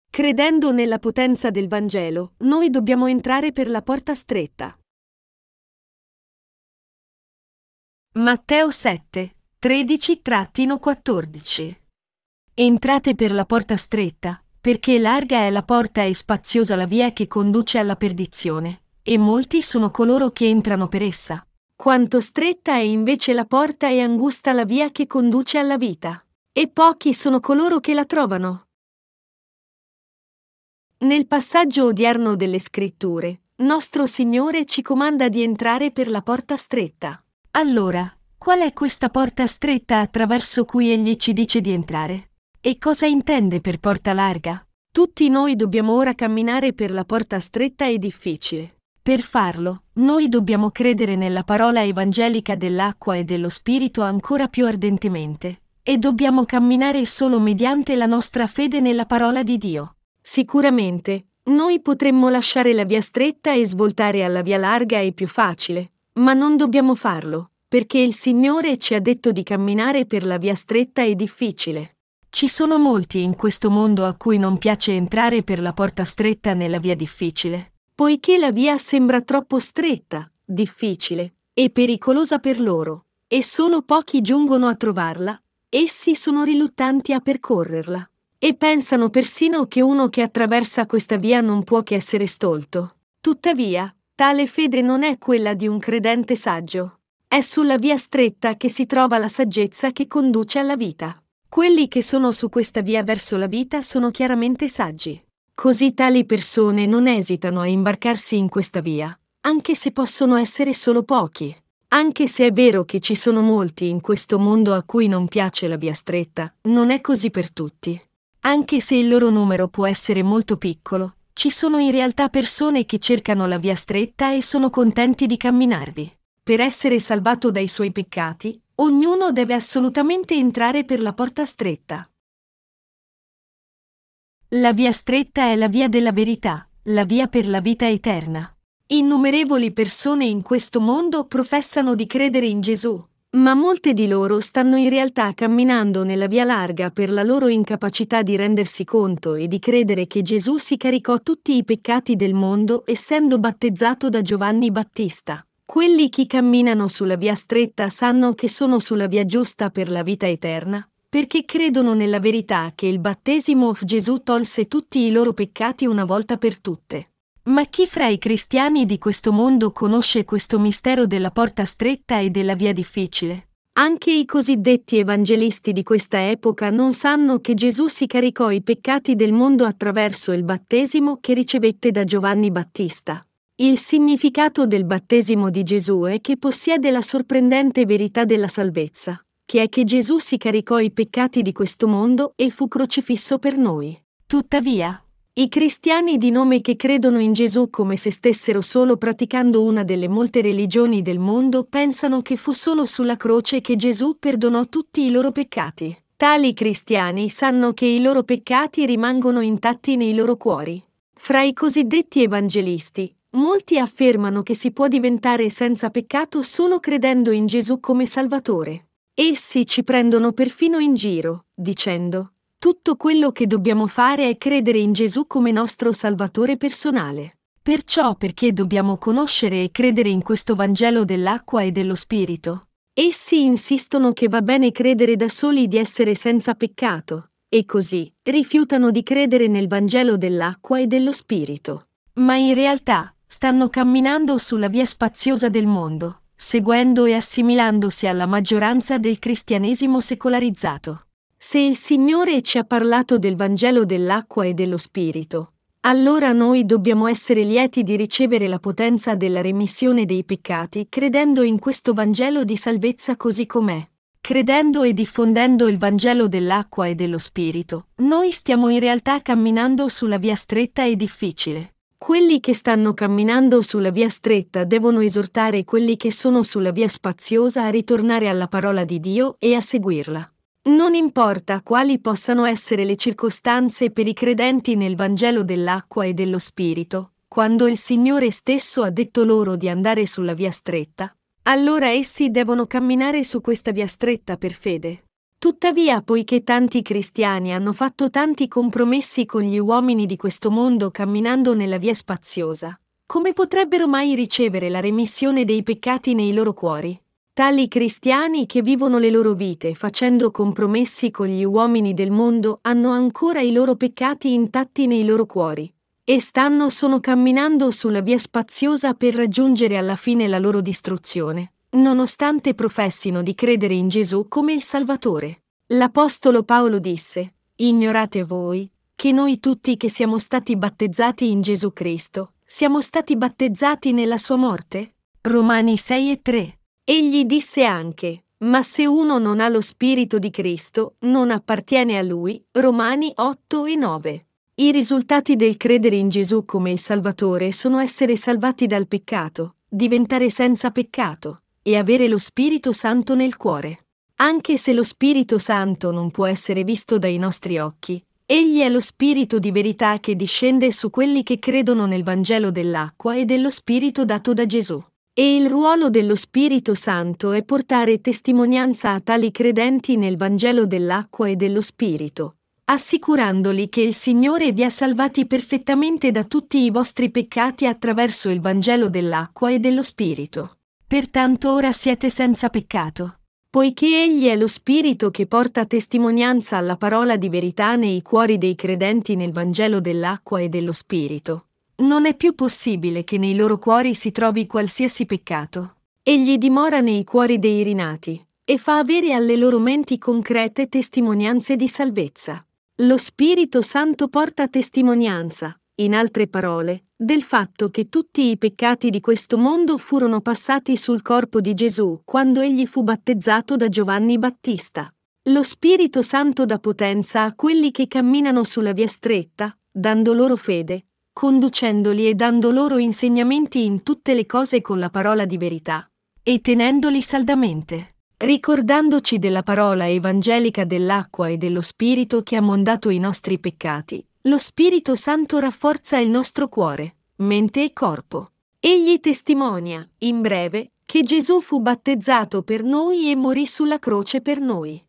Credendo nella potenza del Vangelo, noi dobbiamo entrare per la porta stretta. Matteo 7, 13-14. Entrate per la porta stretta, perché larga è la porta e spaziosa la via che conduce alla perdizione, e molti sono coloro che entrano per essa. Quanto stretta è invece la porta e angusta la via che conduce alla vita, e pochi sono coloro che la trovano. Nel passaggio odierno delle Scritture, nostro Signore ci comanda di entrare per la porta stretta. Allora, qual è questa porta stretta attraverso cui Egli ci dice di entrare? E cosa intende per porta larga? Tutti noi dobbiamo ora camminare per la porta stretta e difficile. Per farlo, noi dobbiamo credere nella parola evangelica dell'acqua e dello Spirito ancora più ardentemente, e dobbiamo camminare solo mediante la nostra fede nella parola di Dio. Sicuramente, noi potremmo lasciare la via stretta e svoltare alla via larga e più facile, ma non dobbiamo farlo, perché il Signore ci ha detto di camminare per la via stretta e difficile. Ci sono molti in questo mondo a cui non piace entrare per la porta stretta nella via difficile, poiché la via sembra troppo stretta, difficile e pericolosa per loro, e solo pochi giungono a trovarla, essi sono riluttanti a percorrerla. E pensano persino che uno che attraversa questa via non può che essere stolto. Tuttavia, tale fede non è quella di un credente saggio. È sulla via stretta che si trova la saggezza che conduce alla vita. Quelli che sono su questa via verso la vita sono chiaramente saggi. Così tali persone non esitano a imbarcarsi in questa via, anche se possono essere solo pochi. Anche se è vero che ci sono molti in questo mondo a cui non piace la via stretta, non è così per tutti. Anche se il loro numero può essere molto piccolo, ci sono in realtà persone che cercano la via stretta e sono contenti di camminarvi. Per essere salvato dai suoi peccati, ognuno deve assolutamente entrare per la porta stretta. La via stretta è la via della verità, la via per la vita eterna. Innumerevoli persone in questo mondo professano di credere in Gesù, ma molte di loro stanno in realtà camminando nella via larga per la loro incapacità di rendersi conto e di credere che Gesù si caricò tutti i peccati del mondo essendo battezzato da Giovanni Battista. Quelli che camminano sulla via stretta sanno che sono sulla via giusta per la vita eterna, perché credono nella verità che il battesimo di Gesù tolse tutti i loro peccati una volta per tutte. Ma chi fra i cristiani di questo mondo conosce questo mistero della porta stretta e della via difficile? Anche i cosiddetti evangelisti di questa epoca non sanno che Gesù si caricò i peccati del mondo attraverso il battesimo che ricevette da Giovanni Battista. Il significato del battesimo di Gesù è che possiede la sorprendente verità della salvezza, che è che Gesù si caricò i peccati di questo mondo e fu crocifisso per noi. Tuttavia, i cristiani di nome che credono in Gesù come se stessero solo praticando una delle molte religioni del mondo pensano che fu solo sulla croce che Gesù perdonò tutti i loro peccati. Tali cristiani sanno che i loro peccati rimangono intatti nei loro cuori. Fra i cosiddetti evangelisti, molti affermano che si può diventare senza peccato solo credendo in Gesù come Salvatore. Essi ci prendono perfino in giro, dicendo: tutto quello che dobbiamo fare è credere in Gesù come nostro Salvatore personale. Perciò perché dobbiamo conoscere e credere in questo Vangelo dell'acqua e dello Spirito? Essi insistono che va bene credere da soli di essere senza peccato, e così rifiutano di credere nel Vangelo dell'acqua e dello Spirito. Ma in realtà stanno camminando sulla via spaziosa del mondo, seguendo e assimilandosi alla maggioranza del cristianesimo secolarizzato. Se il Signore ci ha parlato del Vangelo dell'acqua e dello Spirito, allora noi dobbiamo essere lieti di ricevere la potenza della remissione dei peccati credendo in questo Vangelo di salvezza così com'è. Credendo e diffondendo il Vangelo dell'acqua e dello Spirito, noi stiamo in realtà camminando sulla via stretta e difficile. Quelli che stanno camminando sulla via stretta devono esortare quelli che sono sulla via spaziosa a ritornare alla parola di Dio e a seguirla. Non importa quali possano essere le circostanze per i credenti nel Vangelo dell'acqua e dello Spirito, quando il Signore stesso ha detto loro di andare sulla via stretta, allora essi devono camminare su questa via stretta per fede. Tuttavia, poiché tanti cristiani hanno fatto tanti compromessi con gli uomini di questo mondo camminando nella via spaziosa, come potrebbero mai ricevere la remissione dei peccati nei loro cuori? Tali cristiani che vivono le loro vite facendo compromessi con gli uomini del mondo hanno ancora i loro peccati intatti nei loro cuori e sono camminando sulla via spaziosa per raggiungere alla fine la loro distruzione, nonostante professino di credere in Gesù come il Salvatore. L'Apostolo Paolo disse: «Ignorate voi che noi tutti che siamo stati battezzati in Gesù Cristo, siamo stati battezzati nella sua morte?» Romani 6:3. Egli disse anche: «Ma se uno non ha lo Spirito di Cristo, non appartiene a lui». Romani 8:9. I risultati del credere in Gesù come il Salvatore sono essere salvati dal peccato, diventare senza peccato e avere lo Spirito Santo nel cuore. Anche se lo Spirito Santo non può essere visto dai nostri occhi, egli è lo Spirito di verità che discende su quelli che credono nel Vangelo dell'acqua e dello Spirito dato da Gesù. E il ruolo dello Spirito Santo è portare testimonianza a tali credenti nel Vangelo dell'acqua e dello Spirito, assicurandoli che il Signore vi ha salvati perfettamente da tutti i vostri peccati attraverso il Vangelo dell'acqua e dello Spirito. Pertanto ora siete senza peccato. Poiché Egli è lo Spirito che porta testimonianza alla parola di verità nei cuori dei credenti nel Vangelo dell'acqua e dello Spirito, non è più possibile che nei loro cuori si trovi qualsiasi peccato. Egli dimora nei cuori dei rinati e fa avere alle loro menti concrete testimonianze di salvezza. Lo Spirito Santo porta testimonianza, in altre parole, del fatto che tutti i peccati di questo mondo furono passati sul corpo di Gesù quando egli fu battezzato da Giovanni Battista. Lo Spirito Santo dà potenza a quelli che camminano sulla via stretta, dando loro fede, conducendoli e dando loro insegnamenti in tutte le cose con la parola di verità, e tenendoli saldamente, ricordandoci della parola evangelica dell'acqua e dello Spirito che ha mondato i nostri peccati. Lo Spirito Santo rafforza il nostro cuore, mente e corpo. Egli testimonia, in breve, che Gesù fu battezzato per noi e morì sulla croce per noi.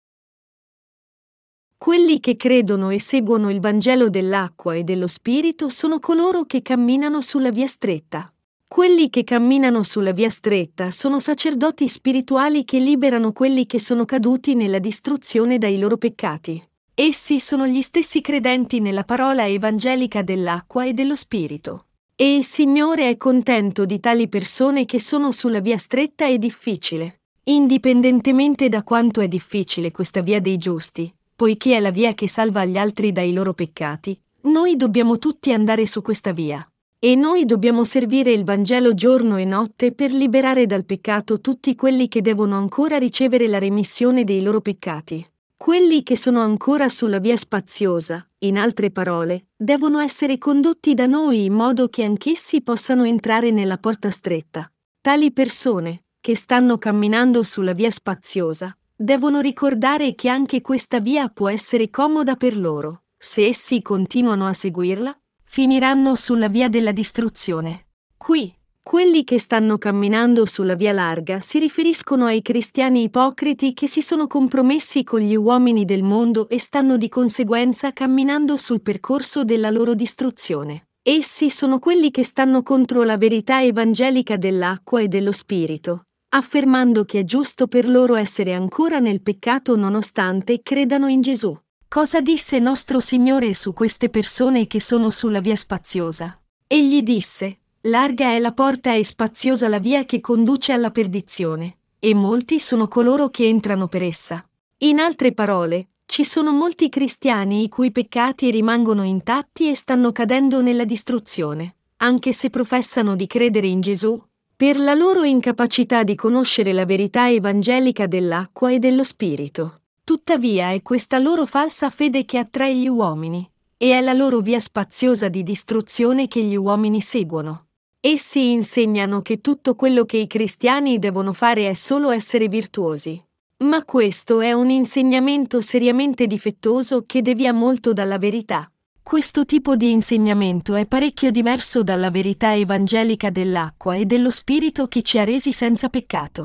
Quelli che credono e seguono il Vangelo dell'acqua e dello Spirito sono coloro che camminano sulla via stretta. Quelli che camminano sulla via stretta sono sacerdoti spirituali che liberano quelli che sono caduti nella distruzione dai loro peccati. Essi sono gli stessi credenti nella parola evangelica dell'acqua e dello Spirito. E il Signore è contento di tali persone che sono sulla via stretta e difficile. Indipendentemente da quanto è difficile questa via dei giusti, poiché è la via che salva gli altri dai loro peccati, noi dobbiamo tutti andare su questa via. E noi dobbiamo servire il Vangelo giorno e notte per liberare dal peccato tutti quelli che devono ancora ricevere la remissione dei loro peccati. Quelli che sono ancora sulla via spaziosa, in altre parole, devono essere condotti da noi in modo che anch'essi possano entrare nella porta stretta. Tali persone, che stanno camminando sulla via spaziosa, devono ricordare che anche questa via può essere comoda per loro. Se essi continuano a seguirla, finiranno sulla via della distruzione. Qui, quelli che stanno camminando sulla via larga si riferiscono ai cristiani ipocriti che si sono compromessi con gli uomini del mondo e stanno di conseguenza camminando sul percorso della loro distruzione. Essi sono quelli che stanno contro la verità evangelica dell'acqua e dello Spirito, affermando che è giusto per loro essere ancora nel peccato nonostante credano in Gesù. Cosa disse nostro Signore su queste persone che sono sulla via spaziosa? Egli disse: «Larga è la porta e spaziosa la via che conduce alla perdizione, e molti sono coloro che entrano per essa». In altre parole, ci sono molti cristiani i cui peccati rimangono intatti e stanno cadendo nella distruzione, anche se professano di credere in Gesù, per la loro incapacità di conoscere la verità evangelica dell'acqua e dello Spirito. Tuttavia è questa loro falsa fede che attrae gli uomini, e è la loro via spaziosa di distruzione che gli uomini seguono. Essi insegnano che tutto quello che i cristiani devono fare è solo essere virtuosi. Ma questo è un insegnamento seriamente difettoso che devia molto dalla verità. Questo tipo di insegnamento è parecchio diverso dalla verità evangelica dell'acqua e dello Spirito che ci ha resi senza peccato.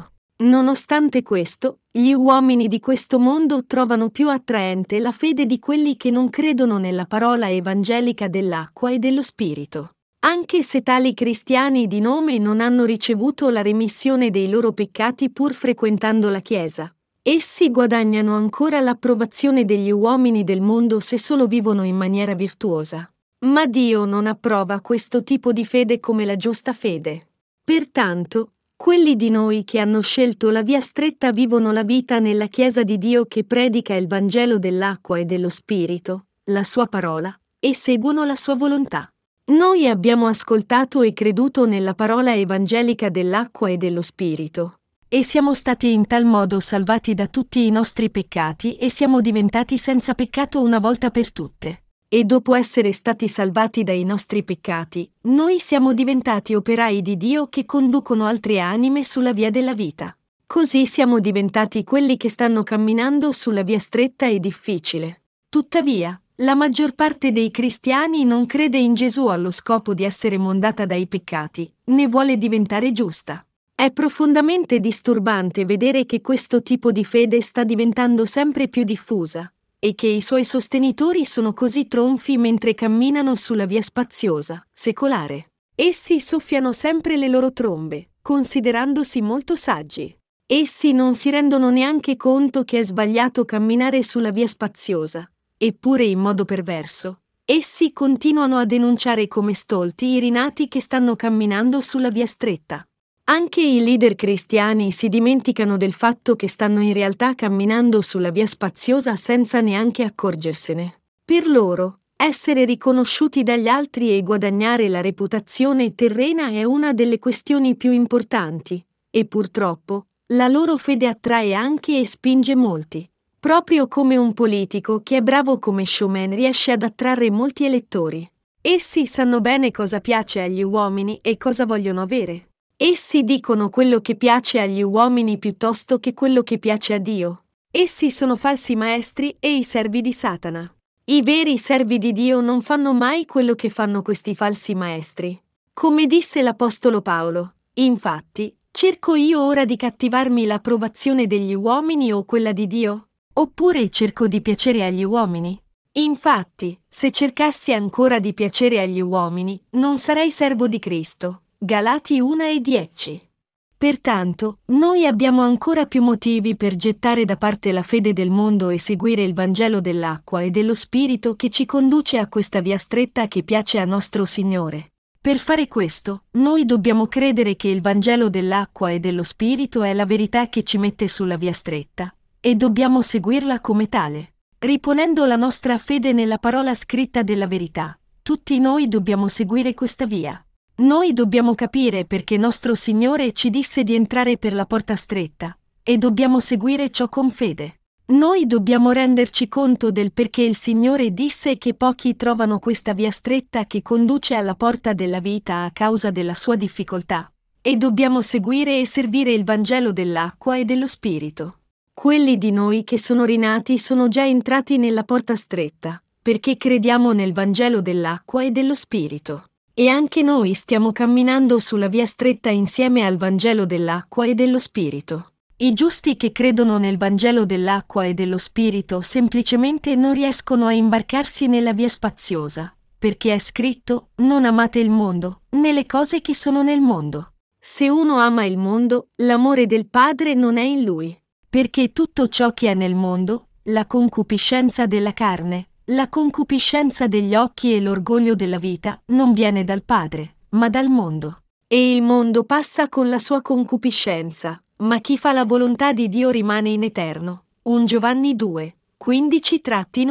Nonostante questo, gli uomini di questo mondo trovano più attraente la fede di quelli che non credono nella parola evangelica dell'acqua e dello Spirito. Anche se tali cristiani di nome non hanno ricevuto la remissione dei loro peccati pur frequentando la Chiesa, essi guadagnano ancora l'approvazione degli uomini del mondo se solo vivono in maniera virtuosa. Ma Dio non approva questo tipo di fede come la giusta fede. Pertanto, quelli di noi che hanno scelto la via stretta vivono la vita nella Chiesa di Dio che predica il Vangelo dell'acqua e dello Spirito, la sua parola, e seguono la sua volontà. Noi abbiamo ascoltato e creduto nella parola evangelica dell'acqua e dello Spirito, e siamo stati in tal modo salvati da tutti i nostri peccati e siamo diventati senza peccato una volta per tutte. E dopo essere stati salvati dai nostri peccati, noi siamo diventati operai di Dio che conducono altre anime sulla via della vita. Così siamo diventati quelli che stanno camminando sulla via stretta e difficile. Tuttavia, la maggior parte dei cristiani non crede in Gesù allo scopo di essere mondata dai peccati, né vuole diventare giusta. È profondamente disturbante vedere che questo tipo di fede sta diventando sempre più diffusa, e che i suoi sostenitori sono così tronfi mentre camminano sulla via spaziosa, secolare. Essi soffiano sempre le loro trombe, considerandosi molto saggi. Essi non si rendono neanche conto che è sbagliato camminare sulla via spaziosa. Eppure in modo perverso, essi continuano a denunciare come stolti i rinati che stanno camminando sulla via stretta. Anche i leader cristiani si dimenticano del fatto che stanno in realtà camminando sulla via spaziosa senza neanche accorgersene. Per loro, essere riconosciuti dagli altri e guadagnare la reputazione terrena è una delle questioni più importanti, e purtroppo, la loro fede attrae anche e spinge molti. Proprio come un politico che è bravo come showman riesce ad attrarre molti elettori. Essi sanno bene cosa piace agli uomini e cosa vogliono avere. Essi dicono quello che piace agli uomini piuttosto che quello che piace a Dio. Essi sono falsi maestri e i servi di Satana. I veri servi di Dio non fanno mai quello che fanno questi falsi maestri. Come disse l'Apostolo Paolo, infatti, cerco io ora di cattivarmi l'approvazione degli uomini o quella di Dio? Oppure cerco di piacere agli uomini? Infatti, se cercassi ancora di piacere agli uomini, non sarei servo di Cristo. Galati 1:10. Pertanto, noi abbiamo ancora più motivi per gettare da parte la fede del mondo e seguire il Vangelo dell'acqua e dello Spirito che ci conduce a questa via stretta che piace a nostro Signore. Per fare questo, noi dobbiamo credere che il Vangelo dell'acqua e dello Spirito è la verità che ci mette sulla via stretta. E dobbiamo seguirla come tale, riponendo la nostra fede nella parola scritta della verità. Tutti noi dobbiamo seguire questa via. Noi dobbiamo capire perché nostro Signore ci disse di entrare per la porta stretta, e dobbiamo seguire ciò con fede. Noi dobbiamo renderci conto del perché il Signore disse che pochi trovano questa via stretta che conduce alla porta della vita a causa della sua difficoltà. E dobbiamo seguire e servire il Vangelo dell'acqua e dello Spirito. Quelli di noi che sono rinati sono già entrati nella porta stretta, perché crediamo nel Vangelo dell'acqua e dello Spirito. E anche noi stiamo camminando sulla via stretta insieme al Vangelo dell'acqua e dello Spirito. I giusti che credono nel Vangelo dell'acqua e dello Spirito semplicemente non riescono a imbarcarsi nella via spaziosa, perché è scritto: non amate il mondo, né le cose che sono nel mondo. Se uno ama il mondo, l'amore del Padre non è in lui. Perché tutto ciò che è nel mondo, la concupiscenza della carne, la concupiscenza degli occhi e l'orgoglio della vita, non viene dal Padre, ma dal mondo. E il mondo passa con la sua concupiscenza, ma chi fa la volontà di Dio rimane in eterno. 1 Giovanni 2,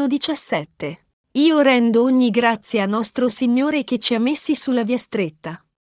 15-17. Io rendo ogni grazia a nostro Signore che ci ha messi sulla via stretta,